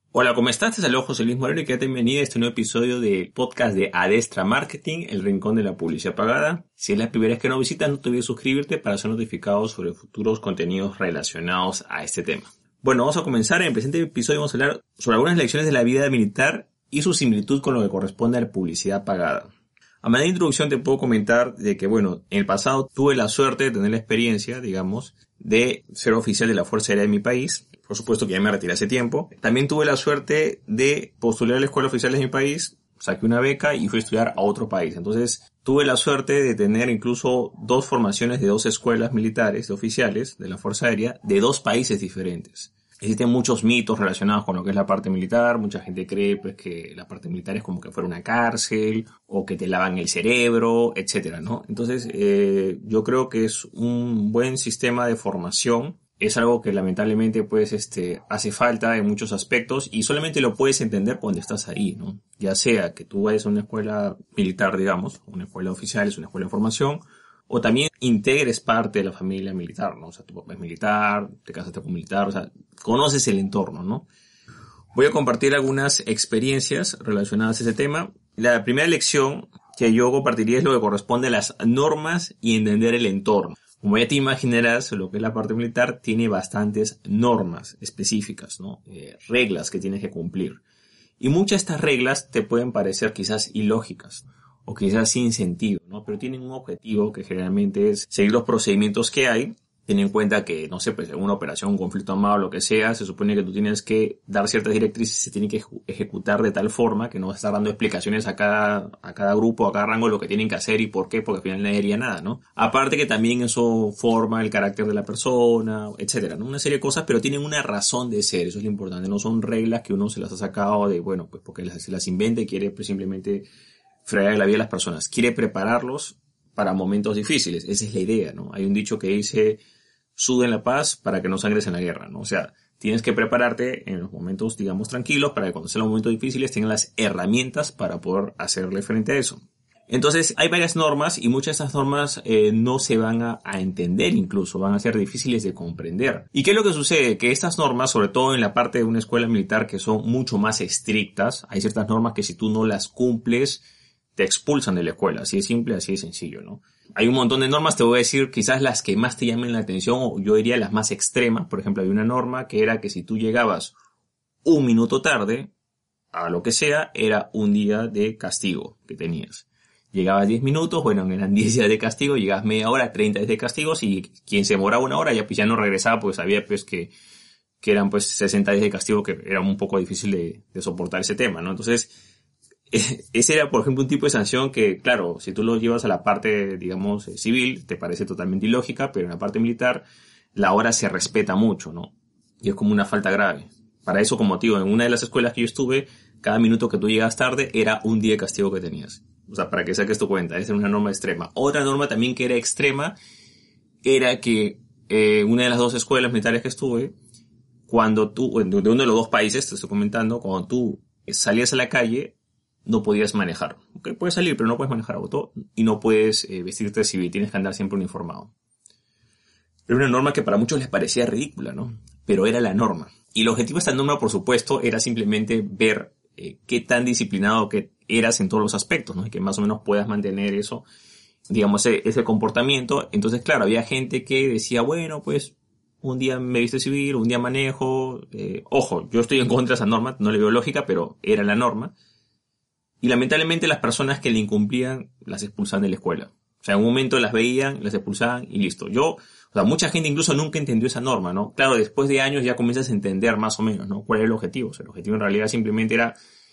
Hola, ¿cómo estás? Te saludo José Luis Moreno y quédate bienvenido a este nuevo episodio de podcast de Adestra Marketing, el rincón de la publicidad pagada. Si es la primera vez que nos visitas, no te olvides suscribirte para ser notificado sobre futuros contenidos relacionados a este tema. Bueno, vamos a comenzar. En el presente episodio vamos a hablar sobre algunas lecciones de la vida militar y su similitud con lo que corresponde a la publicidad pagada. A manera de introducción te puedo comentar de que, en el pasado tuve la suerte de tener la experiencia, de ser oficial de la Fuerza Aérea de mi país. Por supuesto que ya me retiré hace tiempo. También tuve la suerte de postular a la Escuela Oficial de mi país, saqué una beca y fui a estudiar a otro país. Entonces tuve la suerte de tener incluso 2 formaciones de 2 escuelas militares, de oficiales de la Fuerza Aérea, de 2 países diferentes. Existen muchos mitos relacionados con lo que es la parte militar. Mucha gente cree que la parte militar es como que fuera una cárcel o que te lavan el cerebro, etcétera, ¿no? Entonces yo creo que es un buen sistema de formación. Es algo que lamentablemente hace falta en muchos aspectos y solamente lo puedes entender cuando estás ahí, ¿no? Ya sea que tú vayas a una escuela militar, una escuela oficial, es una escuela de formación, o también integres parte de la familia militar, ¿no? O sea, tu papá es militar, te casaste con un militar, o sea, conoces el entorno, ¿no? Voy a compartir algunas experiencias relacionadas a ese tema. La primera lección que yo compartiría es lo que corresponde a las normas y entender el entorno. Como ya te imaginarás, lo que es la parte militar tiene bastantes normas específicas, ¿no? Reglas que tienes que cumplir. Y muchas de estas reglas te pueden parecer quizás ilógicas o quizás sin sentido, ¿no? Pero tienen un objetivo que generalmente es seguir los procedimientos que hay. Ten en cuenta que, en una operación, un conflicto armado, lo que sea, se supone que tú tienes que dar ciertas directrices y se tiene que ejecutar de tal forma que no vas a estar dando explicaciones a cada grupo, a cada rango, lo que tienen que hacer y por qué, porque al final nadie haría nada, ¿no? Aparte que también eso forma el carácter de la persona, etcétera, ¿no? Una serie de cosas, pero tienen una razón de ser, eso es lo importante, no son reglas que uno se las ha sacado de, porque se las inventa y quiere simplemente fregar la vida de las personas, quiere prepararlos para momentos difíciles, esa es la idea, ¿no? Hay un dicho que dice: suda en la paz para que no sangres en la guerra, ¿no? O sea, tienes que prepararte en los momentos, tranquilos, para que cuando sean los momentos difíciles tengan las herramientas para poder hacerle frente a eso. Entonces, hay varias normas y muchas de esas normas no se van a entender, incluso van a ser difíciles de comprender. ¿Y qué es lo que sucede? Que estas normas, sobre todo en la parte de una escuela militar, que son mucho más estrictas, hay ciertas normas que si tú no las cumples, te expulsan de la escuela. Así de simple, así de sencillo, ¿no? Hay un montón de normas, te voy a decir quizás las que más te llamen la atención, o yo diría las más extremas. Por ejemplo, hay una norma que era que si tú llegabas 1 minuto tarde a lo que sea, era un día de castigo que tenías. Llegabas 10 minutos, eran 10 días de castigo, llegabas media hora, 30 días de castigos, y quien se demoraba 1 hora ya no regresaba, pues sabía que eran 60 días de castigo, que era un poco difícil de soportar ese tema, ¿no? Entonces, ese era, por ejemplo, un tipo de sanción que, claro, si tú lo llevas a la parte, civil, te parece totalmente ilógica, pero en la parte militar la hora se respeta mucho, ¿no? Y es como una falta grave. Para eso, como digo, en una de las escuelas que yo estuve, cada minuto que tú llegas tarde era un día de castigo que tenías. O sea, para que saques tu cuenta, esa era una norma extrema. Otra norma también que era extrema era que una de las 2 escuelas militares que estuve, cuando tú, de uno de los 2 países, te estoy comentando, cuando tú salías a la calle, no podías manejar. Okay, puedes salir, pero no puedes manejar auto y no puedes vestirte de civil. Tienes que andar siempre uniformado. Era una norma que para muchos les parecía ridícula, ¿no? Pero era la norma. Y el objetivo de esta norma, por supuesto, era simplemente ver qué tan disciplinado que eras en todos los aspectos, ¿no? Y que más o menos puedas mantener eso, ese comportamiento. Entonces, claro, había gente que decía, un día me viste civil, un día manejo. Ojo, yo estoy en contra de esa norma, no le veo lógica, pero era la norma. Y lamentablemente las personas que le incumplían las expulsaban de la escuela. O sea, en un momento las veían, las expulsaban y listo. Mucha gente incluso nunca entendió esa norma, ¿no? Claro, después de años ya comienzas a entender más o menos, ¿no? ¿Cuál era el objetivo? O sea, el objetivo en realidad simplemente era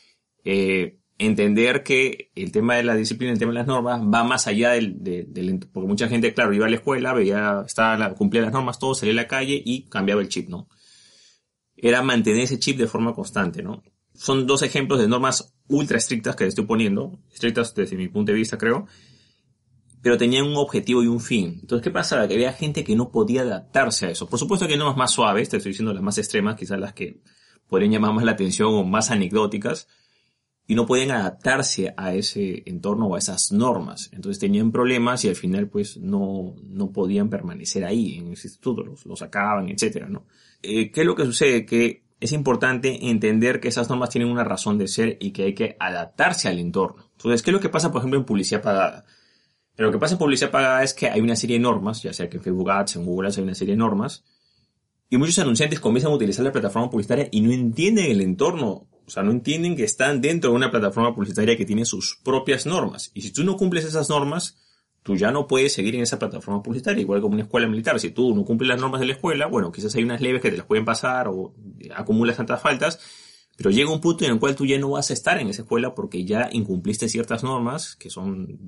entender que el tema de la disciplina, el tema de las normas va más allá porque mucha gente, claro, iba a la escuela, cumplía las normas, todo, salía a la calle y cambiaba el chip, ¿no? Era mantener ese chip de forma constante, ¿no? Son 2 ejemplos de normas ultra estrictas que le estoy poniendo, estrictas desde mi punto de vista, creo, pero tenían un objetivo y un fin. Entonces, ¿qué pasaba? Que había gente que no podía adaptarse a eso. Por supuesto que hay normas más suaves, te estoy diciendo las más extremas, quizás las que podrían llamar más la atención o más anecdóticas, y no podían adaptarse a ese entorno o a esas normas. Entonces tenían problemas y al final no podían permanecer ahí en ese instituto, los sacaban, etcétera, ¿no? ¿Qué es lo que sucede? Que es importante entender que esas normas tienen una razón de ser y que hay que adaptarse al entorno. Entonces, ¿qué es lo que pasa, por ejemplo, en publicidad pagada? Lo que pasa en publicidad pagada es que hay una serie de normas, ya sea que en Facebook Ads, en Google Ads hay una serie de normas, y muchos anunciantes comienzan a utilizar la plataforma publicitaria y no entienden el entorno. O sea, no entienden que están dentro de una plataforma publicitaria que tiene sus propias normas. Y si tú no cumples esas normas, tú ya no puedes seguir en esa plataforma publicitaria, igual como una escuela militar. Si tú no cumples las normas de la escuela, bueno, quizás hay unas leves que te las pueden pasar o acumulas tantas faltas, pero llega un punto en el cual tú ya no vas a estar en esa escuela porque ya incumpliste ciertas normas que son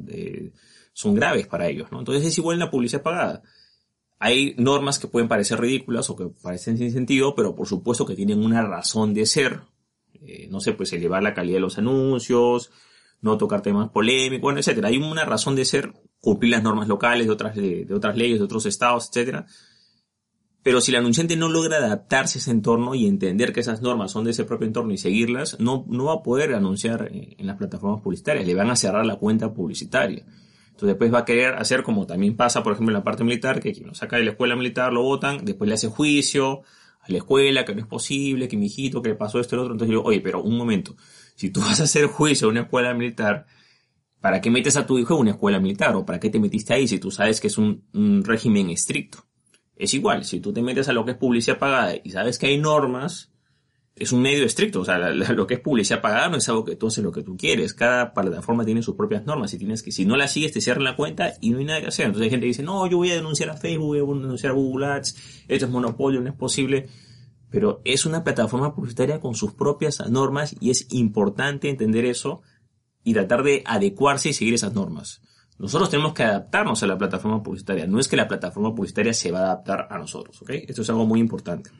graves para ellos, ¿no? Entonces es igual en la publicidad pagada. Hay normas que pueden parecer ridículas o que parecen sin sentido, pero por supuesto que tienen una razón de ser. No sé, pues elevar la calidad de los anuncios, no tocar temas polémicos, bueno, etcétera. Hay una razón de ser, cumplir las normas locales de otras leyes, de otros estados, etcétera. Pero si el anunciante no logra adaptarse a ese entorno y entender que esas normas son de ese propio entorno y seguirlas, no va a poder anunciar en las plataformas publicitarias. Le van a cerrar la cuenta publicitaria. Entonces después va a querer hacer como también pasa, por ejemplo, en la parte militar, que quien lo saca de la escuela militar lo botan, después le hace juicio a la escuela, que no es posible, que mi hijito, que le pasó esto y lo otro. Entonces yo digo, oye, pero un momento, si tú vas a hacer juicio a una escuela militar, ¿para qué metes a tu hijo en una escuela militar? ¿O para qué te metiste ahí si tú sabes que es un régimen estricto? Es igual, si tú te metes a lo que es publicidad pagada y sabes que hay normas, es un medio estricto. O sea, lo que es publicidad pagada no es algo que tú haces lo que tú quieres. Cada plataforma tiene sus propias normas y si no las sigues te cierran la cuenta y no hay nada que hacer. Entonces hay gente que dice, no, yo voy a denunciar a Facebook, voy a denunciar a Google Ads, esto es monopolio, no es posible. Pero es una plataforma publicitaria con sus propias normas y es importante entender eso y tratar de adecuarse y seguir esas normas. Nosotros tenemos que adaptarnos a la plataforma publicitaria. No es que la plataforma publicitaria se va a adaptar a nosotros, ¿ok? Esto es algo muy importante.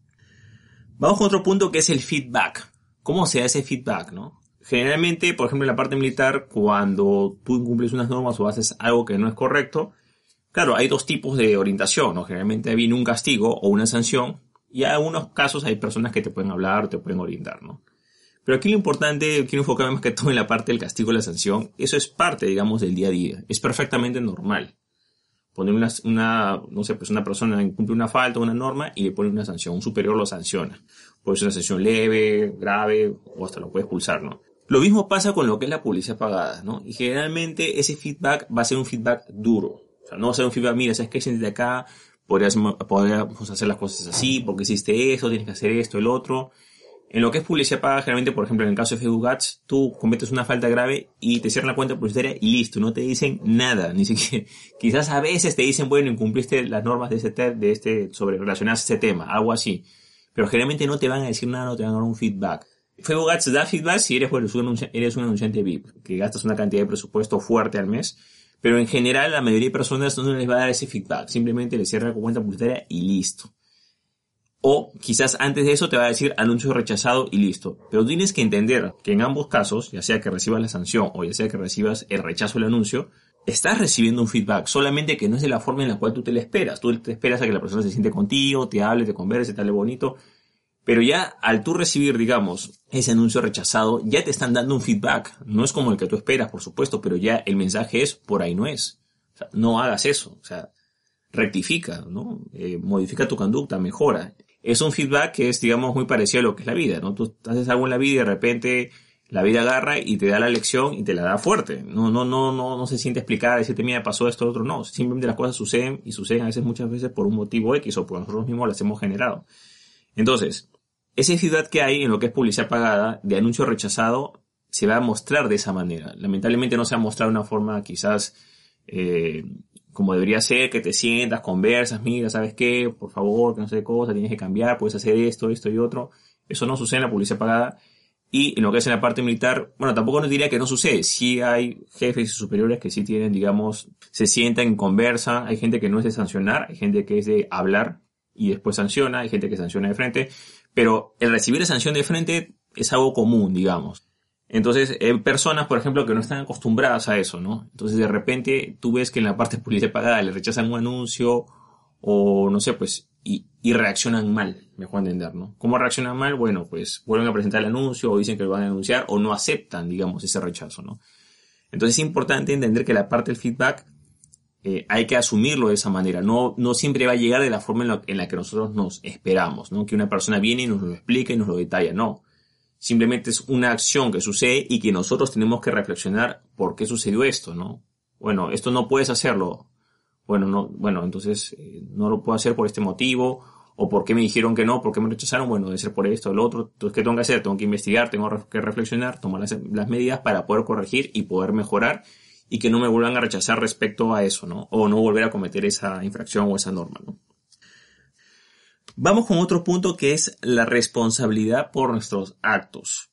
Vamos con otro punto que es el feedback. ¿Cómo se da ese feedback, no? Generalmente, por ejemplo, en la parte militar, cuando tú incumples unas normas o haces algo que no es correcto, claro, hay dos tipos de orientación, ¿no? Generalmente viene un castigo o una sanción y en algunos casos hay personas que te pueden hablar o te pueden orientar, ¿no? Pero aquí lo importante, quiero enfocarme más que todo en la parte del castigo y la sanción. Eso es parte, digamos, del día a día. Es perfectamente normal. Poner una persona incumple una falta, una norma, y le pone una sanción. Un superior lo sanciona. Puede ser una sanción leve, grave, o hasta lo puede expulsar, ¿no? Lo mismo pasa con lo que es la publicidad pagada, ¿no? Y generalmente ese feedback va a ser un feedback duro. O sea, no va a ser un feedback, mira, ¿sabes qué? Siéntate acá, podríamos hacer las cosas así, porque hiciste eso, tienes que hacer esto, el otro. En lo que es publicidad pagada, generalmente, por ejemplo, en el caso de Facebook Ads, tú cometes una falta grave y te cierran la cuenta publicitaria y listo, no te dicen nada, ni siquiera, quizás a veces te dicen, bueno, incumpliste las normas sobre relacionadas a ese tema, algo así. Pero generalmente no te van a decir nada, no te van a dar un feedback. Facebook Ads da feedback si eres un anunciante VIP, que gastas una cantidad de presupuesto fuerte al mes, pero en general la mayoría de personas no les va a dar ese feedback, simplemente les cierra la cuenta publicitaria y listo. O quizás antes de eso te va a decir anuncio rechazado y listo. Pero tienes que entender que en ambos casos, ya sea que recibas la sanción o ya sea que recibas el rechazo del anuncio, estás recibiendo un feedback, solamente que no es de la forma en la cual tú te lo esperas. Tú te esperas a que la persona se siente contigo, te hable, te converse, te hable bonito. Pero ya al tú recibir, digamos, ese anuncio rechazado, ya te están dando un feedback. No es como el que tú esperas, por supuesto, pero ya el mensaje es, por ahí no es. O sea, no hagas eso. O sea, rectifica, ¿no? Modifica tu conducta, mejora. Es un feedback que es, digamos, muy parecido a lo que es la vida, ¿no? Tú haces algo en la vida y de repente la vida agarra y te da la lección y te la da fuerte. No se siente explicada, decirte, mira, pasó esto, lo otro, no. Simplemente las cosas suceden y suceden a veces, muchas veces por un motivo X o por nosotros mismos las hemos generado. Entonces, esa feedback que hay en lo que es publicidad pagada, de anuncio rechazado, se va a mostrar de esa manera. Lamentablemente no se ha mostrado de una forma quizás, como debería ser, que te sientas, conversas, mira, ¿sabes qué? Por favor, que no sé qué cosa, tienes que cambiar, puedes hacer esto y otro. Eso no sucede en la publicidad pagada. Y en lo que es en la parte militar, bueno, tampoco nos diría que no sucede. Sí hay jefes y superiores que sí tienen, digamos, se sientan, conversan. Hay gente que no es de sancionar, hay gente que es de hablar y después sanciona, hay gente que sanciona de frente. Pero el recibir la sanción de frente es algo común, digamos. Entonces, hay personas, por ejemplo, que no están acostumbradas a eso, ¿no? Entonces, de repente, tú ves que en la parte de publicidad pagada le rechazan un anuncio o, no sé, pues, y reaccionan mal, mejor entender, ¿no? ¿Cómo reaccionan mal? Bueno, pues, vuelven a presentar el anuncio o dicen que lo van a denunciar o no aceptan, digamos, ese rechazo, ¿no? Entonces, es importante entender que la parte del feedback hay que asumirlo de esa manera. No siempre va a llegar de la forma en la que nosotros nos esperamos, ¿no? Que una persona viene y nos lo explica y nos lo detalla. No. Simplemente es una acción que sucede y que nosotros tenemos que reflexionar por qué sucedió esto, ¿no? Bueno, esto no puedes hacerlo. Bueno, entonces no lo puedo hacer por este motivo. O por qué me dijeron que no, por qué me rechazaron. Bueno, debe ser por esto o lo otro. Entonces, ¿qué tengo que hacer? Tengo que investigar, tengo que reflexionar, tomar las medidas para poder corregir y poder mejorar y que no me vuelvan a rechazar respecto a eso, ¿no? O no volver a cometer esa infracción o esa norma, ¿no? Vamos con otro punto que es la responsabilidad por nuestros actos.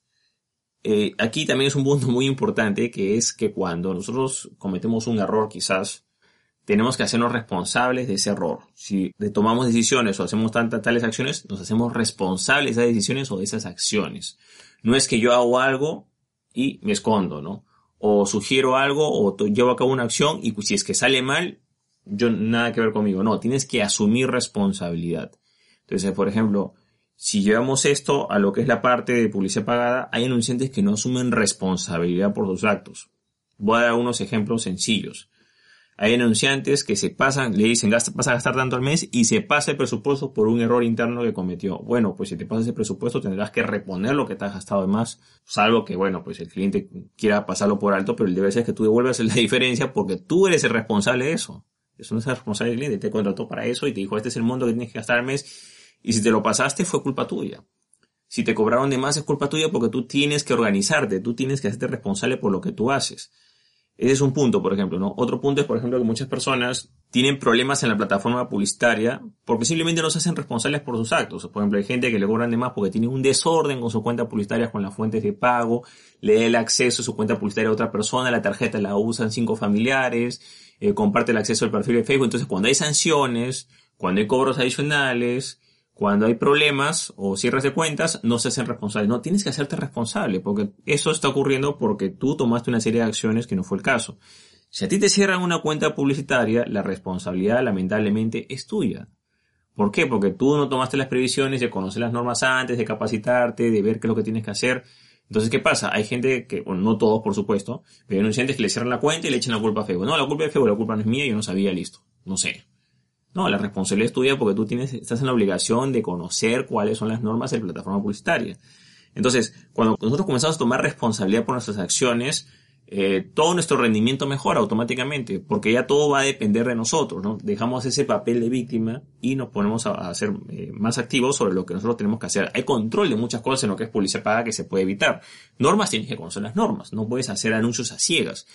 Aquí también es un punto muy importante, que es que cuando nosotros cometemos un error quizás, tenemos que hacernos responsables de ese error. Si tomamos decisiones o hacemos tales acciones, nos hacemos responsables de esas decisiones o de esas acciones. No es que yo hago algo y me escondo, ¿no? O sugiero algo o llevo a cabo una acción y si es que sale mal, yo nada que ver conmigo. No, tienes que asumir responsabilidad. Entonces, por ejemplo, si llevamos esto a lo que es la parte de publicidad pagada, hay anunciantes que no asumen responsabilidad por sus actos. Voy a dar unos ejemplos sencillos. Hay anunciantes que se pasan, le dicen vas a gastar tanto al mes y se pasa el presupuesto por un error interno que cometió. Bueno, pues si te pasas ese presupuesto tendrás que reponer lo que te has gastado de más, salvo que, bueno, pues el cliente quiera pasarlo por alto, pero el deber ser es que tú devuelvas la diferencia porque tú eres el responsable de eso. Eso no es el responsable del cliente, te contrató para eso y te dijo este es el monto que tienes que gastar al mes y si te lo pasaste fue culpa tuya. Si te cobraron de más es culpa tuya porque tú tienes que organizarte, tú tienes que hacerte responsable por lo que tú haces. Ese es un punto, por ejemplo, ¿no? Otro punto es, por ejemplo, que muchas personas tienen problemas en la plataforma publicitaria porque simplemente no se hacen responsables por sus actos. Por ejemplo, hay gente que le cobran de más porque tiene un desorden con su cuenta publicitaria, con las fuentes de pago, le da el acceso a su cuenta publicitaria a otra persona, la tarjeta la usan 5 familiares, comparte el acceso al perfil de Facebook. Entonces, cuando hay sanciones, cuando hay cobros adicionales, cuando hay problemas o cierres de cuentas, no se hacen responsables. No, tienes que hacerte responsable porque eso está ocurriendo porque tú tomaste una serie de acciones que no fue el caso. Si a ti te cierran una cuenta publicitaria, la responsabilidad lamentablemente es tuya. ¿Por qué? Porque tú no tomaste las previsiones de conocer las normas antes, de capacitarte, de ver qué es lo que tienes que hacer. Entonces, ¿qué pasa? Hay gente que, bueno, no todos por supuesto, pero hay anunciantes que le cierran la cuenta y le echan la culpa a Facebook. No, la culpa es de Facebook, la culpa no es mía, yo no sabía, listo. No sé. No, la responsabilidad es tuya porque tú estás en la obligación de conocer cuáles son las normas de la plataforma publicitaria. Entonces, cuando nosotros comenzamos a tomar responsabilidad por nuestras acciones, todo nuestro rendimiento mejora automáticamente, porque ya todo va a depender de nosotros, ¿no? Dejamos ese papel de víctima y nos ponemos a ser más activos sobre lo que nosotros tenemos que hacer. Hay control de muchas cosas en lo que es publicidad paga que se puede evitar. Normas, tienes que conocer las normas, no puedes hacer anuncios a ciegas.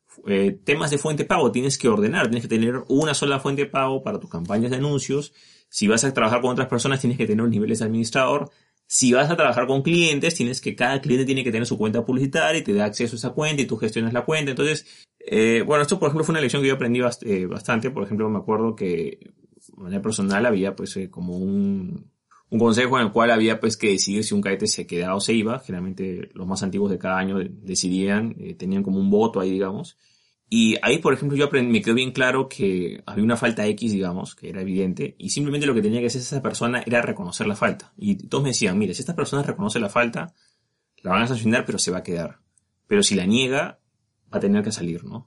Temas de fuente de pago, tienes que ordenar, tienes que tener una sola fuente de pago para tus campañas de anuncios. Si vas a trabajar con otras personas, tienes que tener los niveles de administrador. Si vas a trabajar con clientes, cada cliente tiene que tener su cuenta publicitaria y te da acceso a esa cuenta y tú gestionas la cuenta. Entonces, esto por ejemplo fue una lección que yo aprendí bastante. Por ejemplo, me acuerdo que de manera personal había como un consejo en el cual había que decidir si un cadete se quedaba o se iba. Generalmente los más antiguos de cada año decidían, tenían como un voto ahí, digamos. Y ahí, por ejemplo, me quedó bien claro que había una falta X, digamos, que era evidente, y simplemente lo que tenía que hacer esa persona era reconocer la falta. Y todos me decían, mire, si esta persona reconoce la falta, la van a sancionar, pero se va a quedar. Pero si la niega, va a tener que salir, ¿no?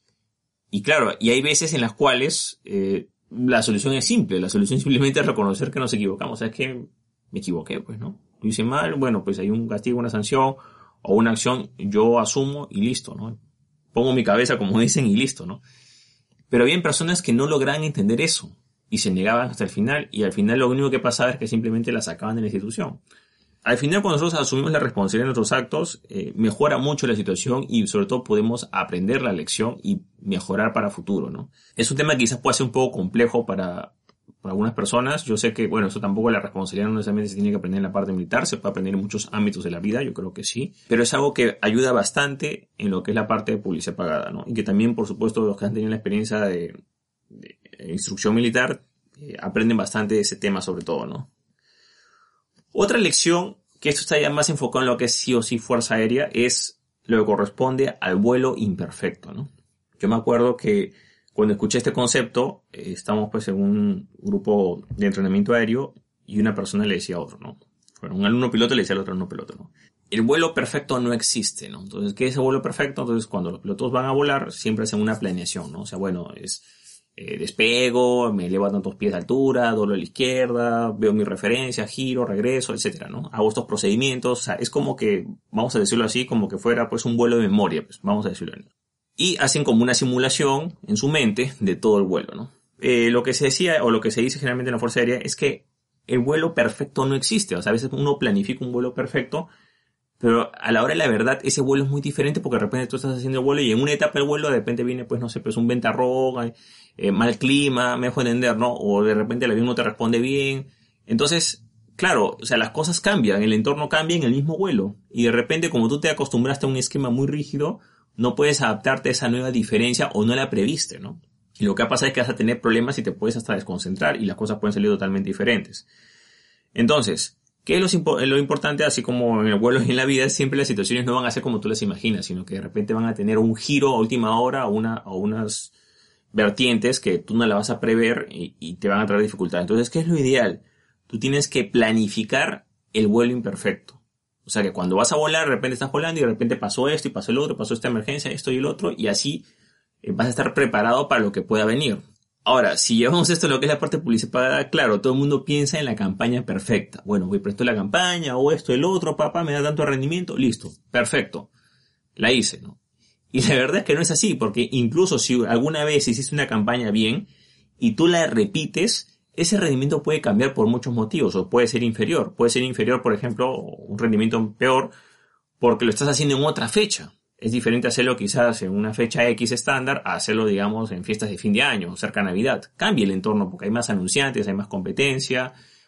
Y claro, y hay veces en las cuales la solución es simple. La solución simplemente es reconocer que nos equivocamos. ¿Sabes qué? Me equivoqué, pues, ¿no? Lo hice mal, bueno, pues hay un castigo, una sanción o una acción, yo asumo y listo, ¿no? Pongo mi cabeza, como dicen, y listo, ¿no? Pero había personas que no lograban entender eso y se negaban hasta el final, y al final lo único que pasaba es que simplemente la sacaban de la institución. Al final, cuando nosotros asumimos la responsabilidad de nuestros actos, mejora mucho la situación y sobre todo podemos aprender la lección y mejorar para futuro, ¿no? Es un tema que quizás puede ser un poco complejo para algunas personas. Yo sé que, bueno, eso tampoco, la responsabilidad no necesariamente se tiene que aprender en la parte militar, se puede aprender en muchos ámbitos de la vida, yo creo que sí, pero es algo que ayuda bastante en lo que es la parte de publicidad pagada, ¿no? Y que también, por supuesto, los que han tenido la experiencia de instrucción militar, aprenden bastante de ese tema sobre todo, ¿no? Otra lección, que esto está ya más enfocado en lo que es sí o sí fuerza aérea, es lo que corresponde al vuelo imperfecto, ¿no? Yo me acuerdo que cuando escuché este concepto, estábamos pues en un grupo de entrenamiento aéreo y una persona le decía a otro, ¿no? Bueno, un alumno piloto le decía al otro alumno piloto, ¿no? El vuelo perfecto no existe, ¿no? Entonces, ¿qué es el vuelo perfecto? Entonces, cuando los pilotos van a volar, siempre hacen una planeación, ¿no? O sea, bueno, despego, me elevo a tantos pies de altura, doblo a la izquierda, veo mi referencia, giro, regreso, etcétera, ¿no? Hago estos procedimientos, o sea, es como que, vamos a decirlo así, como que fuera pues un vuelo de memoria, pues, vamos a decirlo así. Y hacen como una simulación en su mente de todo el vuelo, ¿no? Lo que se decía, o lo que se dice generalmente en la Fuerza Aérea, es que el vuelo perfecto no existe. O sea, a veces uno planifica un vuelo perfecto, pero a la hora de la verdad ese vuelo es muy diferente porque de repente tú estás haciendo el vuelo y en una etapa del vuelo de repente viene, pues no sé, pues un ventarrón, mal clima, me dejo entender, ¿no? O de repente el avión no te responde bien. Entonces, claro, o sea, las cosas cambian, el entorno cambia en el mismo vuelo. Y de repente, como tú te acostumbraste a un esquema muy rígido, no puedes adaptarte a esa nueva diferencia o no la previste, ¿no? Y lo que pasa es que vas a tener problemas y te puedes hasta desconcentrar y las cosas pueden salir totalmente diferentes. Entonces, ¿qué es lo importante? Así como en el vuelo y en la vida, siempre las situaciones no van a ser como tú las imaginas, sino que de repente van a tener un giro a última hora o unas vertientes que tú no la vas a prever y te van a traer dificultades. Entonces, ¿qué es lo ideal? Tú tienes que planificar el vuelo imperfecto. O sea, que cuando vas a volar, de repente estás volando y de repente pasó esto y pasó el otro, pasó esta emergencia, esto y el otro, y así vas a estar preparado para lo que pueda venir. Ahora, si llevamos esto a lo que es la parte de publicidad pagada, claro, todo el mundo piensa en la campaña perfecta. Bueno, voy presto la campaña, o esto, el otro, papá, me da tanto rendimiento, listo, perfecto. La hice, ¿no? Y la verdad es que no es así, porque incluso si alguna vez hiciste una campaña bien y tú la repites, ese rendimiento puede cambiar por muchos motivos, o puede ser inferior. Puede ser inferior, por ejemplo, un rendimiento peor, porque lo estás haciendo en otra fecha. Es diferente hacerlo quizás en una fecha X estándar a hacerlo, digamos, en fiestas de fin de año o cerca a Navidad. Cambia el entorno porque hay más anunciantes, hay más competencia.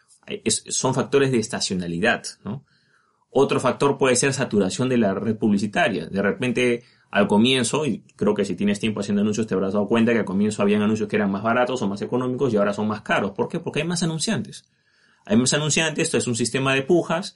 Son factores de estacionalidad, ¿no? Otro factor puede ser saturación de la red publicitaria. De repente, al comienzo, y creo que si tienes tiempo haciendo anuncios te habrás dado cuenta que al comienzo habían anuncios que eran más baratos o más económicos y ahora son más caros. ¿Por qué? Porque hay más anunciantes. Hay más anunciantes, esto es un sistema de pujas.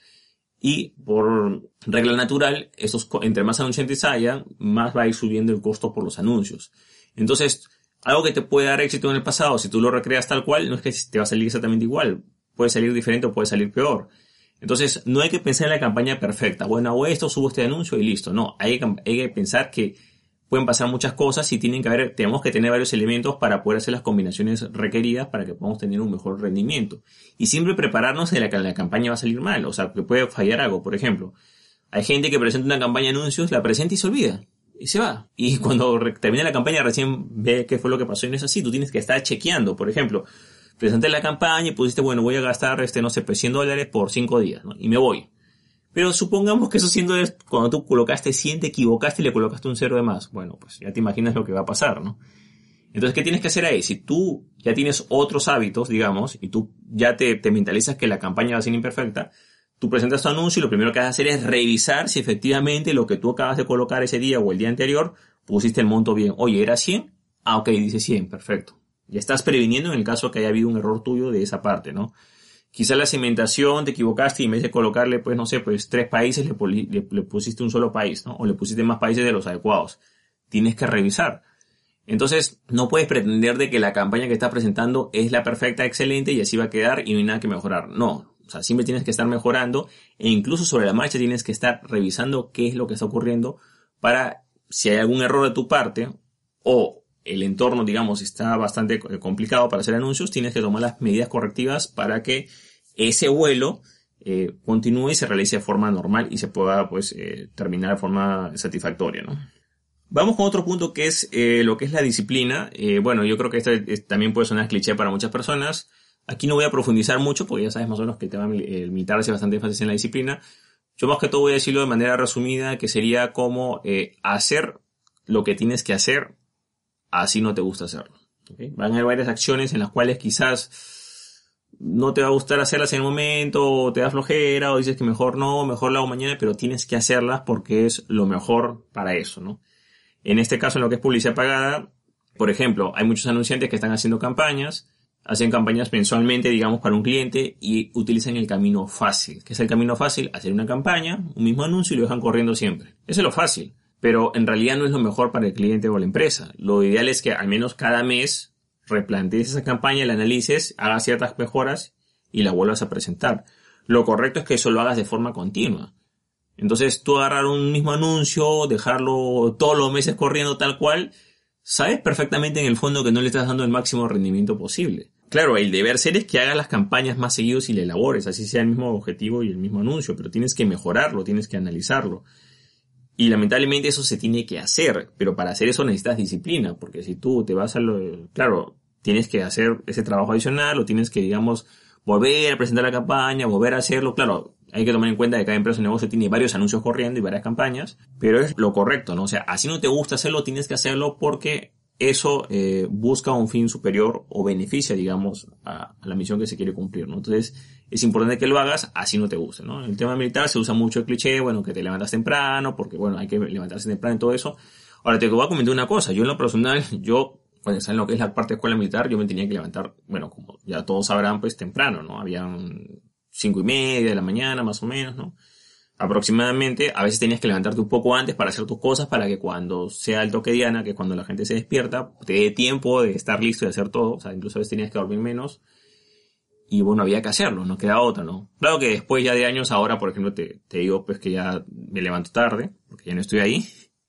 Y por regla natural, entre más anunciantes haya, más va a ir subiendo el costo por los anuncios. Entonces, algo que te puede dar éxito en el pasado, si tú lo recreas tal cual, no es que te va a salir exactamente igual. Puede salir diferente o puede salir peor. Entonces, no hay que pensar en la campaña perfecta. Bueno, hago esto, subo este anuncio y listo. No, hay que pensar que pueden pasar muchas cosas y tenemos que tener varios elementos para poder hacer las combinaciones requeridas para que podamos tener un mejor rendimiento. Y siempre prepararnos de que la campaña va a salir mal, o sea, que puede fallar algo. Por ejemplo, hay gente que presenta una campaña de anuncios, la presenta y se olvida. Y se va. Y cuando termina la campaña recién ve qué fue lo que pasó y no es así. Tú tienes que estar chequeando. Por ejemplo, presenté la campaña y pusiste, bueno, voy a gastar, no sé, pues $100 por 5 días, ¿no? Y me voy. Pero supongamos que esos $100, cuando tú colocaste 100, te equivocaste y le colocaste un 0 de más. Bueno, pues ya te imaginas lo que va a pasar, ¿no? Entonces, ¿qué tienes que hacer ahí? Si tú ya tienes otros hábitos, digamos, y tú ya te mentalizas que la campaña va a ser imperfecta, tú presentas tu anuncio y lo primero que vas a hacer es revisar si efectivamente lo que tú acabas de colocar ese día o el día anterior, pusiste el monto bien. Oye, ¿era 100? Ah, ok, dice 100, perfecto. Ya estás previniendo en el caso que haya habido un error tuyo de esa parte, ¿no? Quizá la segmentación te equivocaste y en vez de colocarle, pues no sé, pues 3 países le pusiste un solo país, ¿no? O le pusiste más países de los adecuados. Tienes que revisar. Entonces, no puedes pretender de que la campaña que estás presentando es la perfecta, excelente y así va a quedar y no hay nada que mejorar. No. O sea, siempre tienes que estar mejorando e incluso sobre la marcha tienes que estar revisando qué es lo que está ocurriendo para, si hay algún error de tu parte o el entorno, digamos, está bastante complicado para hacer anuncios, tienes que tomar las medidas correctivas para que ese vuelo continúe y se realice de forma normal y se pueda, pues, terminar de forma satisfactoria, ¿no? Vamos con otro punto que es lo que es la disciplina. Bueno, yo creo que también puede sonar cliché para muchas personas. Aquí no voy a profundizar mucho porque ya sabes más o menos que el tema militar hace bastante énfasis en la disciplina. Yo más que todo voy a decirlo de manera resumida, que sería como hacer lo que tienes que hacer, así no te gusta hacerlo. ¿Okay? Van a haber varias acciones en las cuales quizás no te va a gustar hacerlas en el momento, o te da flojera, o dices que mejor no, mejor la hago mañana, pero tienes que hacerlas porque es lo mejor para eso, ¿no? En este caso, en lo que es publicidad pagada, por ejemplo, hay muchos anunciantes que están haciendo campañas, hacen campañas mensualmente, digamos, para un cliente y utilizan el camino fácil. ¿Qué es el camino fácil? Hacer una campaña, un mismo anuncio y lo dejan corriendo siempre. Eso es lo fácil. Pero en realidad no es lo mejor para el cliente o la empresa. Lo ideal es que al menos cada mes replantees esa campaña, la analices, hagas ciertas mejoras y la vuelvas a presentar. Lo correcto es que eso lo hagas de forma continua. Entonces tú agarrar un mismo anuncio, dejarlo todos los meses corriendo tal cual, sabes perfectamente en el fondo que no le estás dando el máximo rendimiento posible. Claro, el deber ser es que hagas las campañas más seguidos y le elabores, así sea el mismo objetivo y el mismo anuncio, pero tienes que mejorarlo, tienes que analizarlo. Y lamentablemente eso se tiene que hacer, pero para hacer eso necesitas disciplina, porque si tú te vas a claro, tienes que hacer ese trabajo adicional o tienes que, digamos, volver a presentar la campaña, volver a hacerlo. Claro, hay que tomar en cuenta que cada empresa o negocio tiene varios anuncios corriendo y varias campañas, pero es lo correcto, ¿no? O sea, así no te gusta hacerlo, tienes que hacerlo porque eso busca un fin superior o beneficia, digamos, a la misión que se quiere cumplir, ¿no? Entonces, es importante que lo hagas así no te guste, ¿no? En el tema militar se usa mucho el cliché, bueno, que te levantas temprano, porque, bueno, hay que levantarse temprano y todo eso. Ahora, te voy a comentar una cosa. Yo en lo personal, cuando estaba en lo que es la parte de escuela militar, yo me tenía que levantar, bueno, como ya todos sabrán, pues temprano, ¿no? Habían 5:30 de la mañana, más o menos, ¿no? Aproximadamente, a veces tenías que levantarte un poco antes para hacer tus cosas para que cuando sea el toque diana, que cuando la gente se despierta, te dé tiempo de estar listo y hacer todo. O sea, incluso a veces tenías que dormir menos. Y bueno, había que hacerlo, no queda otra, ¿no? Claro que después ya de años, ahora, por ejemplo, te digo pues que ya me levanto tarde, porque ya no estoy ahí.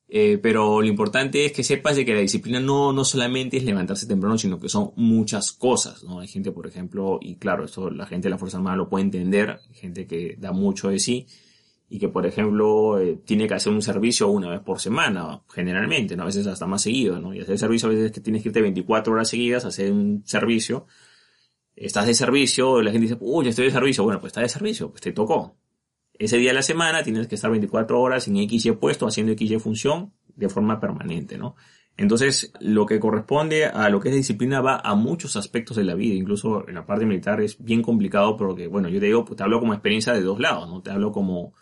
Pero lo importante es que sepas de que la disciplina no solamente es levantarse temprano, sino que son muchas cosas, ¿no? Hay gente, por ejemplo, y claro, esto la gente de la Fuerza Armada lo puede entender, hay gente que da mucho de sí, y que, por ejemplo, tiene que hacer un servicio una vez por semana, generalmente, ¿no? A veces hasta más seguido, ¿no? Y hacer servicio a veces es que tienes que irte 24 horas seguidas a hacer un servicio. Estás de servicio, la gente dice, uy, estoy de servicio. Bueno, pues estás de servicio, pues te tocó. Ese día de la semana tienes que estar 24 horas en XY puesto, haciendo XY función de forma permanente, ¿no? Entonces, lo que corresponde a lo que es disciplina va a muchos aspectos de la vida, incluso en la parte militar es bien complicado porque, bueno, yo te digo, te hablo como experiencia de dos lados, ¿no? Te hablo como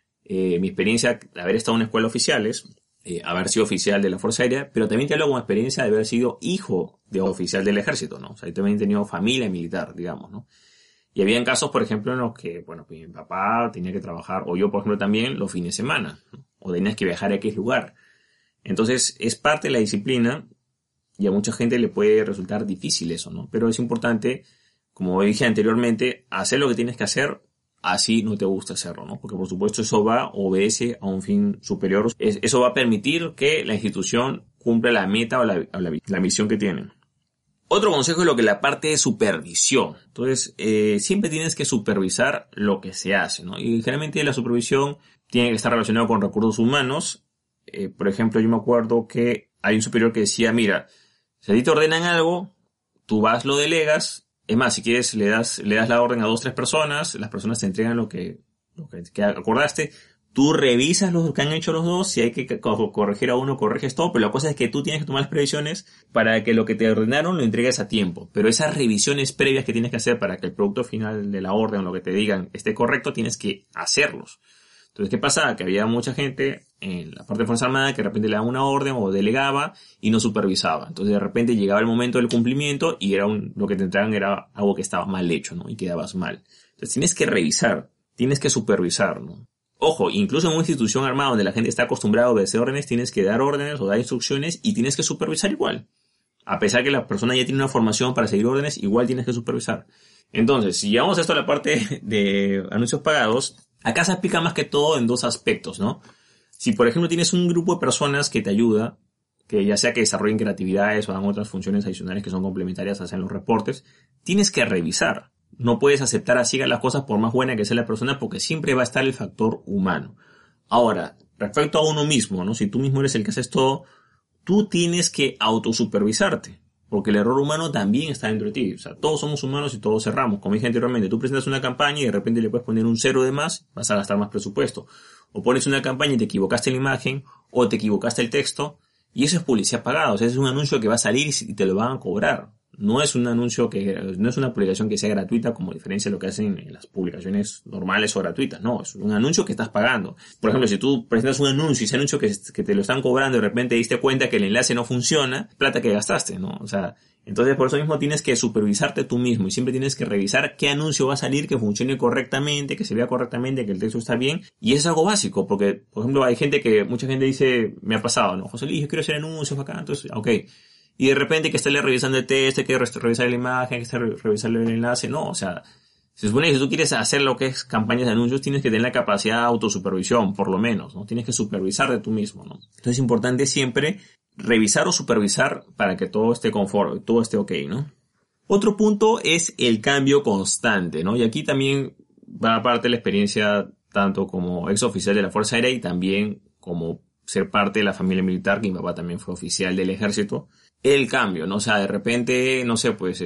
mi experiencia de haber estado en una escuela de oficiales, haber sido oficial de la Fuerza Aérea, pero también te hablo como experiencia de haber sido hijo de oficial del ejército, ¿no? O sea, yo también he tenido familia militar, digamos, ¿no? Y habían casos, por ejemplo, en los que, bueno, mi papá tenía que trabajar, o yo, por ejemplo, también los fines de semana, ¿no? O tenías que viajar a X lugar. Entonces, es parte de la disciplina y a mucha gente le puede resultar difícil eso, ¿no? Pero es importante, como dije anteriormente, hacer lo que tienes que hacer, así no te gusta hacerlo, ¿no? Porque por supuesto eso obedece a un fin superior. Eso va a permitir que la institución cumpla la meta o la misión que tiene. Otro consejo es lo que la parte de supervisión. Entonces, siempre tienes que supervisar lo que se hace, ¿no? Y generalmente la supervisión tiene que estar relacionada con recursos humanos. Por ejemplo, yo me acuerdo que hay un superior que decía, mira, si a ti te ordenan algo, tú vas, lo delegas. Es más, si quieres, le das la orden a 2, 3 personas, las personas te entregan lo que acordaste, tú revisas lo que han hecho los dos, si hay que corregir a uno, corriges todo, pero la cosa es que tú tienes que tomar las previsiones para que lo que te ordenaron lo entregues a tiempo. Pero esas revisiones previas que tienes que hacer para que el producto final de la orden o lo que te digan esté correcto, tienes que hacerlos. Entonces, ¿qué pasaba? Que había mucha gente en la parte de Fuerza Armada que de repente le daba una orden o delegaba y no supervisaba. Entonces, de repente llegaba el momento del cumplimiento y lo que te entregaban era algo que estaba mal hecho, ¿no? Y quedabas mal. Entonces, tienes que revisar, tienes que supervisar, ¿no? Ojo, incluso en una institución armada donde la gente está acostumbrada a obedecer órdenes, tienes que dar órdenes o dar instrucciones y tienes que supervisar igual. A pesar que la persona ya tiene una formación para seguir órdenes, igual tienes que supervisar. Entonces, si llevamos esto a la parte de anuncios pagados, acá se aplica más que todo en dos aspectos, ¿no? Si, por ejemplo, tienes un grupo de personas que te ayuda, que ya sea que desarrollen creatividades o hagan otras funciones adicionales que son complementarias hacia los reportes, tienes que revisar. No puedes aceptar a ciegas las cosas por más buena que sea la persona porque siempre va a estar el factor humano. Ahora, respecto a uno mismo, ¿no? Si tú mismo eres el que haces todo, tú tienes que autosupervisarte. Porque el error humano también está dentro de ti. O sea, todos somos humanos y todos cerramos. Como dije anteriormente, tú presentas una campaña y de repente le puedes poner un 0 de más, vas a gastar más presupuesto. O pones una campaña y te equivocaste la imagen, o te equivocaste el texto, y eso es publicidad pagada. O sea, es un anuncio que va a salir y te lo van a cobrar. No es un anuncio no es una publicación que sea gratuita como diferencia de lo que hacen en las publicaciones normales o gratuitas. No, es un anuncio que estás pagando. Por ejemplo, si tú presentas un anuncio y ese anuncio que te lo están cobrando y de repente te diste cuenta que el enlace no funciona, plata que gastaste, ¿no? O sea, entonces por eso mismo tienes que supervisarte tú mismo y siempre tienes que revisar qué anuncio va a salir, que funcione correctamente, que se vea correctamente, que el texto está bien. Y eso es algo básico, porque, por ejemplo, mucha gente dice, me ha pasado, ¿no? José Luis, yo quiero hacer anuncios acá, entonces, ok. Y de repente que estarle revisando el texto, que revisar la imagen, que estar revisando el enlace. No, o sea, se supone que si tú quieres hacer lo que es campañas de anuncios, tienes que tener la capacidad de autosupervisión, por lo menos, ¿no? Tienes que supervisar de tú mismo, ¿no? Entonces es importante siempre revisar o supervisar para que todo esté conforme, todo esté ok, ¿no? Otro punto es el cambio constante, ¿no? Y aquí también va aparte la experiencia tanto como ex oficial de la Fuerza Aérea y también como ser parte de la familia militar, que mi papá también fue oficial del ejército. El cambio, ¿no? O sea, de repente, no sé, pues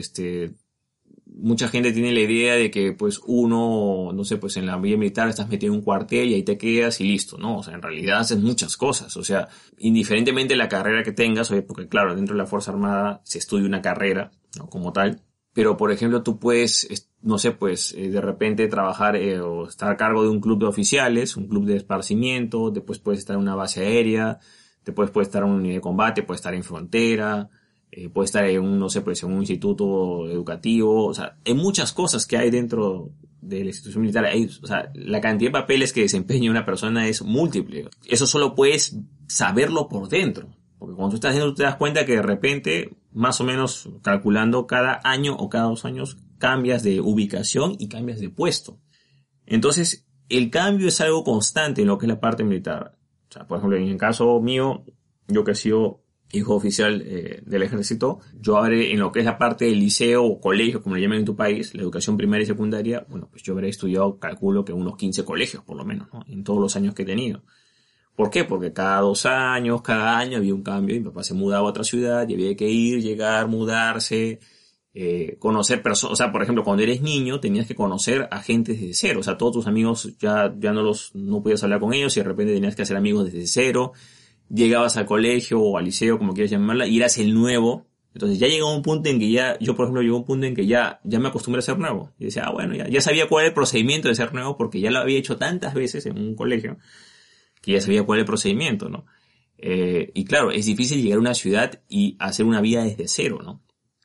mucha gente tiene la idea de que pues uno, no sé, pues en la vida militar estás metido en un cuartel y ahí te quedas y listo, ¿no? O sea, en realidad haces muchas cosas, o sea, indiferentemente de la carrera que tengas, porque claro, dentro de la Fuerza Armada se estudia una carrera, ¿no? Como tal, pero por ejemplo tú puedes, no sé, pues de repente trabajar o estar a cargo de un club de oficiales, un club de esparcimiento, después puedes estar en una base aérea, después puedes estar en una unidad de combate, puedes estar en frontera, puede estar en un, no sé, pues en un instituto educativo, o sea, hay muchas cosas que hay dentro de la institución militar. O sea, la cantidad de papeles que desempeña una persona es múltiple. Eso solo puedes saberlo por dentro. Porque cuando tú estás dentro, tú te das cuenta que de repente, más o menos calculando cada año o cada 2 años, cambias de ubicación y cambias de puesto. Entonces, el cambio es algo constante en lo que es la parte militar. O sea, por ejemplo, en el caso mío, yo que he sido hijo oficial del ejército, yo habré, en lo que es la parte del liceo o colegio, como le llaman en tu país, la educación primaria y secundaria, bueno, pues yo habré estudiado, calculo que unos 15 colegios por lo menos, ¿no? En todos los años que he tenido. ¿Por qué? Porque cada 2 años, cada año había un cambio y mi papá se mudaba a otra ciudad y había que ir, llegar, mudarse, conocer personas. O sea, por ejemplo, cuando eres niño tenías que conocer a gente desde cero. O sea, todos tus amigos ya no podías hablar con ellos y de repente tenías que hacer amigos desde cero. Llegabas al colegio o al liceo, como quieras llamarla, y eras el nuevo. Entonces ya llegó un punto en que yo por ejemplo llegó un punto en que ya me acostumbré a ser nuevo. Y decía, bueno, ya sabía cuál era el procedimiento de ser nuevo porque ya lo había hecho tantas veces en un colegio que ya sabía cuál era el procedimiento, ¿no? Y claro, es difícil llegar a una ciudad y hacer una vida desde cero, ¿no?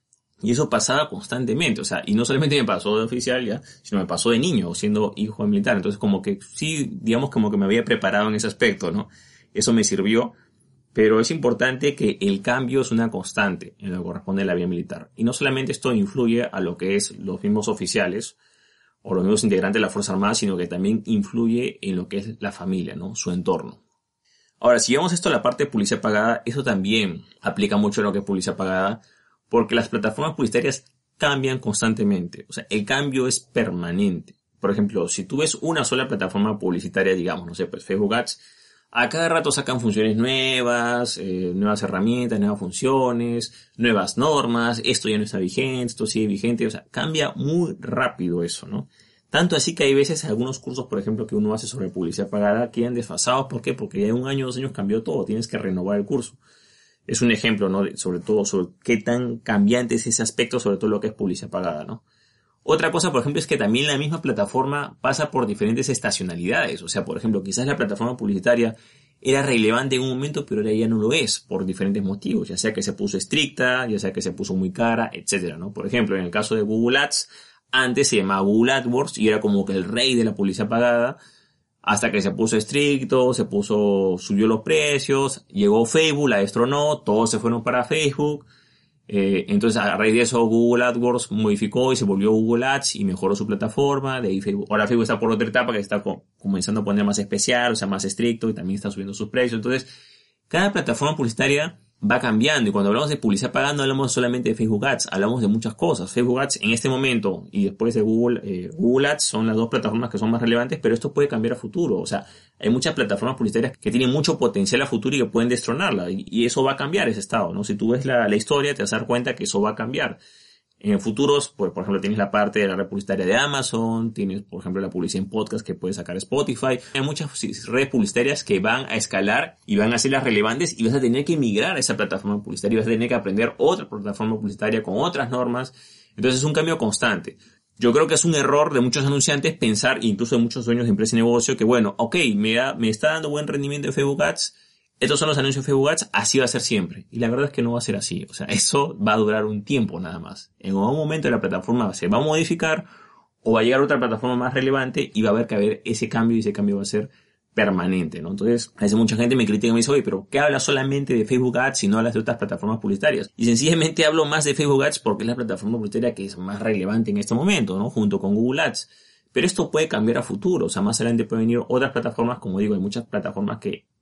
Y eso pasaba constantemente, o sea, y no solamente me pasó de oficial ya, sino me pasó de niño, siendo hijo de militar. Entonces como que sí, digamos como que me había preparado en ese aspecto, ¿no? Eso me sirvió, pero es importante que el cambio es una constante en lo que corresponde a la vida militar. Y no solamente esto influye a lo que es los mismos oficiales o los mismos integrantes de la Fuerza Armada, sino que también influye en lo que es la familia, ¿no? Su entorno. Ahora, si llevamos esto a la parte de publicidad pagada, eso también aplica mucho en lo que es publicidad pagada, porque las plataformas publicitarias cambian constantemente. O sea, el cambio es permanente. Por ejemplo, si tú ves una sola plataforma publicitaria, digamos, no sé, pues Facebook Ads, a cada rato sacan funciones nuevas, nuevas herramientas, nuevas funciones, nuevas normas, esto ya no está vigente, esto sigue vigente, o sea, cambia muy rápido eso, ¿no? Tanto así que hay veces algunos cursos, por ejemplo, que uno hace sobre publicidad pagada quedan desfasados. ¿Por qué? Porque ya en 1 año, 2 años cambió todo, tienes que renovar el curso. Es un ejemplo, ¿no? Sobre todo, sobre qué tan cambiante es ese aspecto, sobre todo lo que es publicidad pagada, ¿no? Otra cosa, por ejemplo, es que también la misma plataforma pasa por diferentes estacionalidades. O sea, por ejemplo, quizás la plataforma publicitaria era relevante en un momento, pero ahora ya no lo es por diferentes motivos. Ya sea que se puso estricta, ya sea que se puso muy cara, etcétera, ¿no? Por ejemplo, en el caso de Google Ads, antes se llamaba Google AdWords y era como que el rey de la publicidad pagada, hasta que se puso estricto, subió los precios, llegó Facebook, la destronó, todos se fueron para Facebook. Entonces a raíz de eso Google AdWords modificó y se volvió Google Ads y mejoró su plataforma. De ahí Facebook, ahora Facebook está por otra etapa que está comenzando a poner más especial, o sea, más estricto, y también está subiendo sus precios. Entonces, cada plataforma publicitaria va cambiando, y cuando hablamos de publicidad pagando hablamos solamente de Facebook Ads, hablamos de muchas cosas. Facebook Ads en este momento y después de Google Ads son las 2 plataformas que son más relevantes, pero esto puede cambiar a futuro. O sea, hay muchas plataformas publicitarias que tienen mucho potencial a futuro y que pueden destronarla, y eso va a cambiar ese estado, ¿no? Si tú ves la historia te vas a dar cuenta que eso va a cambiar. En futuros, pues, por ejemplo, tienes la parte de la red publicitaria de Amazon, tienes, por ejemplo, la publicidad en podcast que puede sacar Spotify. Hay muchas redes publicitarias que van a escalar y van a ser las relevantes, y vas a tener que migrar a esa plataforma publicitaria y vas a tener que aprender otra plataforma publicitaria con otras normas. Entonces es un cambio constante. Yo creo que es un error de muchos anunciantes pensar, incluso de muchos dueños de empresa y negocio, que bueno, ok, me está dando buen rendimiento de Facebook Ads, estos son los anuncios de Facebook Ads, así va a ser siempre. Y la verdad es que no va a ser así. O sea, eso va a durar un tiempo nada más. En algún momento la plataforma se va a modificar o va a llegar otra plataforma más relevante y va a haber que haber ese cambio, y ese cambio va a ser permanente, ¿no? Entonces, a veces mucha gente me critica y me dice, oye, pero ¿qué hablas solamente de Facebook Ads y no hablas de otras plataformas publicitarias? Y sencillamente hablo más de Facebook Ads porque es la plataforma publicitaria que es más relevante en este momento, ¿no? Junto con Google Ads. Pero esto puede cambiar a futuro. O sea, más adelante pueden venir otras plataformas. Como digo, hay muchas plataformas que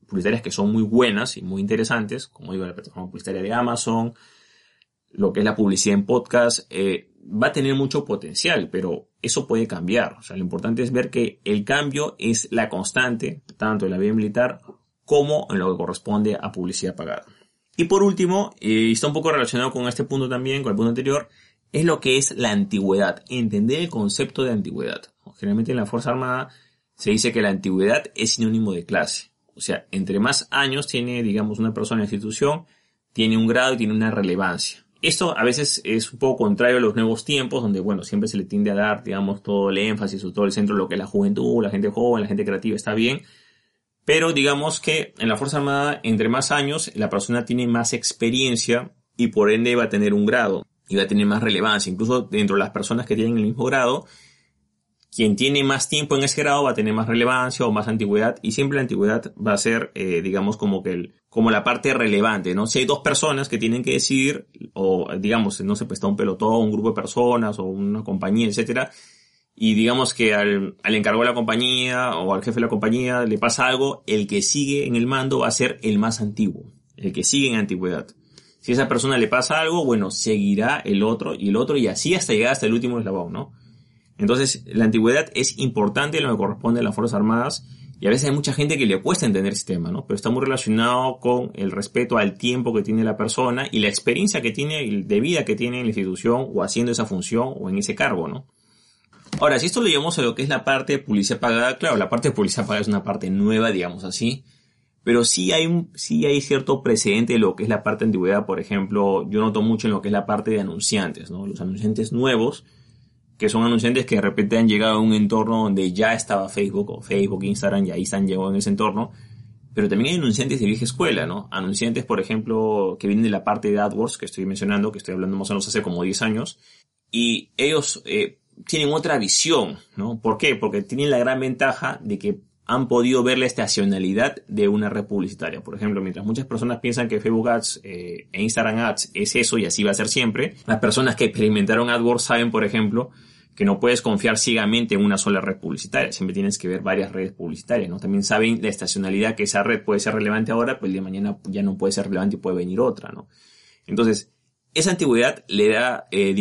publicitarias que son muy buenas y muy interesantes, como digo, la plataforma publicitaria de Amazon, lo que es la publicidad en podcast, va a tener mucho potencial, pero eso puede cambiar. O sea, lo importante es ver que el cambio es la constante, tanto en la vida militar como en lo que corresponde a publicidad pagada. Y por último, y está un poco relacionado con este punto también, con el punto anterior, es lo que es la antigüedad. Entender el concepto de antigüedad. Generalmente en la Fuerza Armada se dice que la antigüedad es sinónimo de clase. O sea, entre más años tiene, digamos, una persona en la institución, tiene un grado y tiene una relevancia. Esto a veces es un poco contrario a los nuevos tiempos, donde, bueno, siempre se le tiende a dar, digamos, todo el énfasis o todo el centro de lo que es la juventud, la gente joven, la gente creativa, está bien. Pero digamos que en la Fuerza Armada, entre más años, la persona tiene más experiencia y por ende va a tener un grado y va a tener más relevancia. Incluso dentro de las personas que tienen el mismo grado, quien tiene más tiempo en ese grado va a tener más relevancia o más antigüedad, y siempre la antigüedad va a ser, digamos, como la parte relevante, ¿no? Si hay dos personas que tienen que decidir, o digamos, no sé, pues está un pelotón, un grupo de personas o una compañía, etcétera, y digamos que al encargado de la compañía o al jefe de la compañía le pasa algo, el que sigue en el mando va a ser el más antiguo, el que sigue en antigüedad. Si a esa persona le pasa algo, bueno, seguirá el otro y así hasta llegar hasta el último eslabón, ¿no? Entonces, la antigüedad es importante en lo que corresponde a las Fuerzas Armadas, y a veces hay mucha gente que le cuesta entender ese tema, ¿no? Pero está muy relacionado con el respeto al tiempo que tiene la persona y la experiencia que tiene, de vida que tiene en la institución o haciendo esa función o en ese cargo, ¿no? Ahora, si esto lo llevamos a lo que es la parte de publicidad pagada, claro, la parte de publicidad pagada es una parte nueva, digamos así, pero sí hay cierto precedente de lo que es la parte de antigüedad. Por ejemplo, yo noto mucho en lo que es la parte de anunciantes, ¿no? Los anunciantes nuevos, que son anunciantes que de repente han llegado a un entorno donde ya estaba Facebook, Instagram, y ahí están llegando en ese entorno. Pero también hay anunciantes de vieja escuela, ¿no? Anunciantes, por ejemplo, que vienen de la parte de AdWords, que estoy mencionando, que estoy hablando más o menos hace como 10 años, y ellos tienen otra visión, ¿no? ¿Por qué? Porque tienen la gran ventaja de que han podido ver la estacionalidad de una red publicitaria. Por ejemplo, mientras muchas personas piensan que Facebook Ads e Instagram Ads es eso y así va a ser siempre, las personas que experimentaron AdWords saben, por ejemplo, que no puedes confiar ciegamente en una sola red publicitaria. Siempre tienes que ver varias redes publicitarias, ¿no? También saben la estacionalidad, que esa red puede ser relevante ahora, pues el día de mañana ya no puede ser relevante y puede venir otra, ¿no? Entonces, esa antigüedad le da,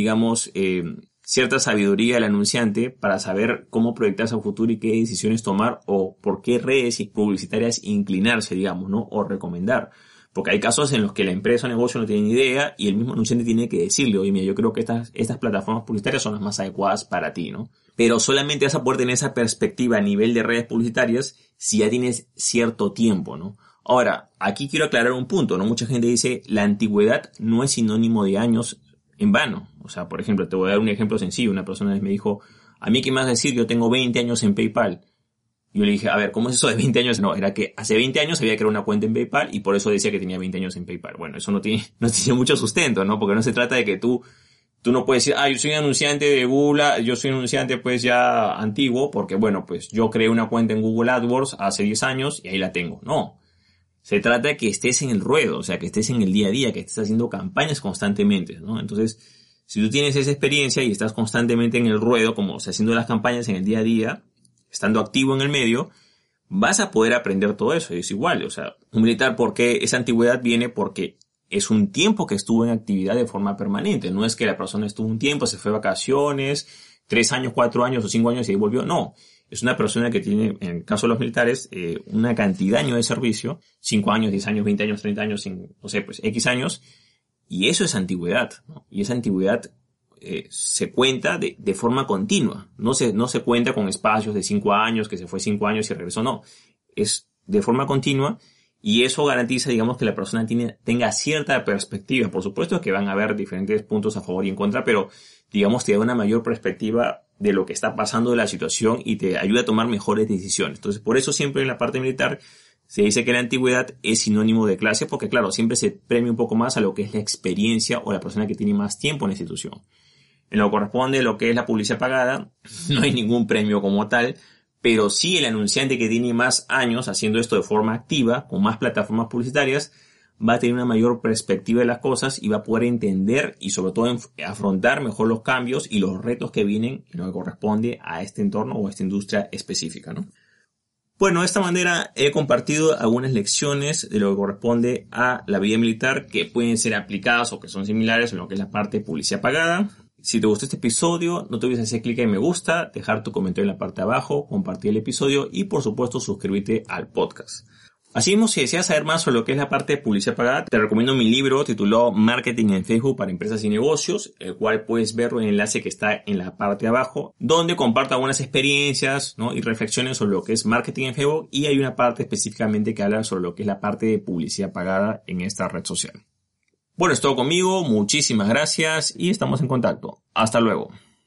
cierta sabiduría al anunciante para saber cómo proyectarse a futuro y qué decisiones tomar o por qué redes publicitarias inclinarse, digamos, ¿no? O recomendar. Porque hay casos en los que la empresa o negocio no tiene ni idea y el mismo anunciante tiene que decirle, oye, mira, yo creo que estas plataformas publicitarias son las más adecuadas para ti, ¿no? Pero solamente vas a poder tener esa perspectiva a nivel de redes publicitarias si ya tienes cierto tiempo, ¿no? Ahora, aquí quiero aclarar un punto, ¿no? Mucha gente dice, la antigüedad no es sinónimo de años en vano. O sea, por ejemplo, te voy a dar un ejemplo sencillo. Una persona me dijo, ¿a mí qué me vas a decir? Yo tengo 20 años en PayPal. Yo le dije, a ver, ¿cómo es eso de 20 años? No, era que hace 20 años había creado una cuenta en PayPal y por eso decía que tenía 20 años en PayPal. Bueno, eso no tiene mucho sustento, ¿no? Porque no se trata de que tú no puedes decir, yo soy un anunciante de Google, yo soy un anunciante pues ya antiguo, porque bueno, pues yo creé una cuenta en Google AdWords hace 10 años y ahí la tengo. No. Se trata de que estés en el ruedo, o sea, que estés en el día a día, que estés haciendo campañas constantemente, ¿no? Entonces, si tú tienes esa experiencia y estás constantemente en el ruedo, como o sea, haciendo las campañas en el día a día, estando activo en el medio, vas a poder aprender todo eso. Y es igual, o sea, un militar, ¿por qué esa antigüedad viene? Porque es un tiempo que estuvo en actividad de forma permanente. No es que la persona estuvo un tiempo, se fue de vacaciones, 3 años, 4 años o 5 años y ahí volvió. No. Es una persona que tiene, en el caso de los militares, una cantidad de años de servicio, 5 años, 10 años, 20 años, 30 años, no sé, pues X años, y eso es antigüedad, ¿no? Y esa antigüedad se cuenta de forma continua, no se cuenta con espacios de 5 años, que se fue 5 años y regresó, no, es de forma continua, y eso garantiza, digamos, que la persona tenga cierta perspectiva. Por supuesto que van a haber diferentes puntos a favor y en contra, pero digamos te da una mayor perspectiva de lo que está pasando de la situación y te ayuda a tomar mejores decisiones. Entonces, por eso siempre en la parte militar se dice que la antigüedad es sinónimo de clase, porque claro, siempre se premia un poco más a lo que es la experiencia o la persona que tiene más tiempo en la institución. En lo que corresponde a lo que es la publicidad pagada, no hay ningún premio como tal, pero sí el anunciante que tiene más años haciendo esto de forma activa, con más plataformas publicitarias, va a tener una mayor perspectiva de las cosas y va a poder entender y sobre todo afrontar mejor los cambios y los retos que vienen en lo que corresponde a este entorno o a esta industria específica, ¿no? Bueno, de esta manera he compartido algunas lecciones de lo que corresponde a la vida militar que pueden ser aplicadas o que son similares en lo que es la parte de publicidad pagada. Si te gustó este episodio, no te olvides hacer clic en me gusta, dejar tu comentario en la parte de abajo, compartir el episodio y por supuesto suscribirte al podcast. Asimismo, si deseas saber más sobre lo que es la parte de publicidad pagada, te recomiendo mi libro titulado Marketing en Facebook para empresas y negocios, el cual puedes verlo en el enlace que está en la parte de abajo, donde comparto algunas experiencias, ¿no? y reflexiones sobre lo que es marketing en Facebook, y hay una parte específicamente que habla sobre lo que es la parte de publicidad pagada en esta red social. Bueno, es todo conmigo, muchísimas gracias y estamos en contacto. Hasta luego.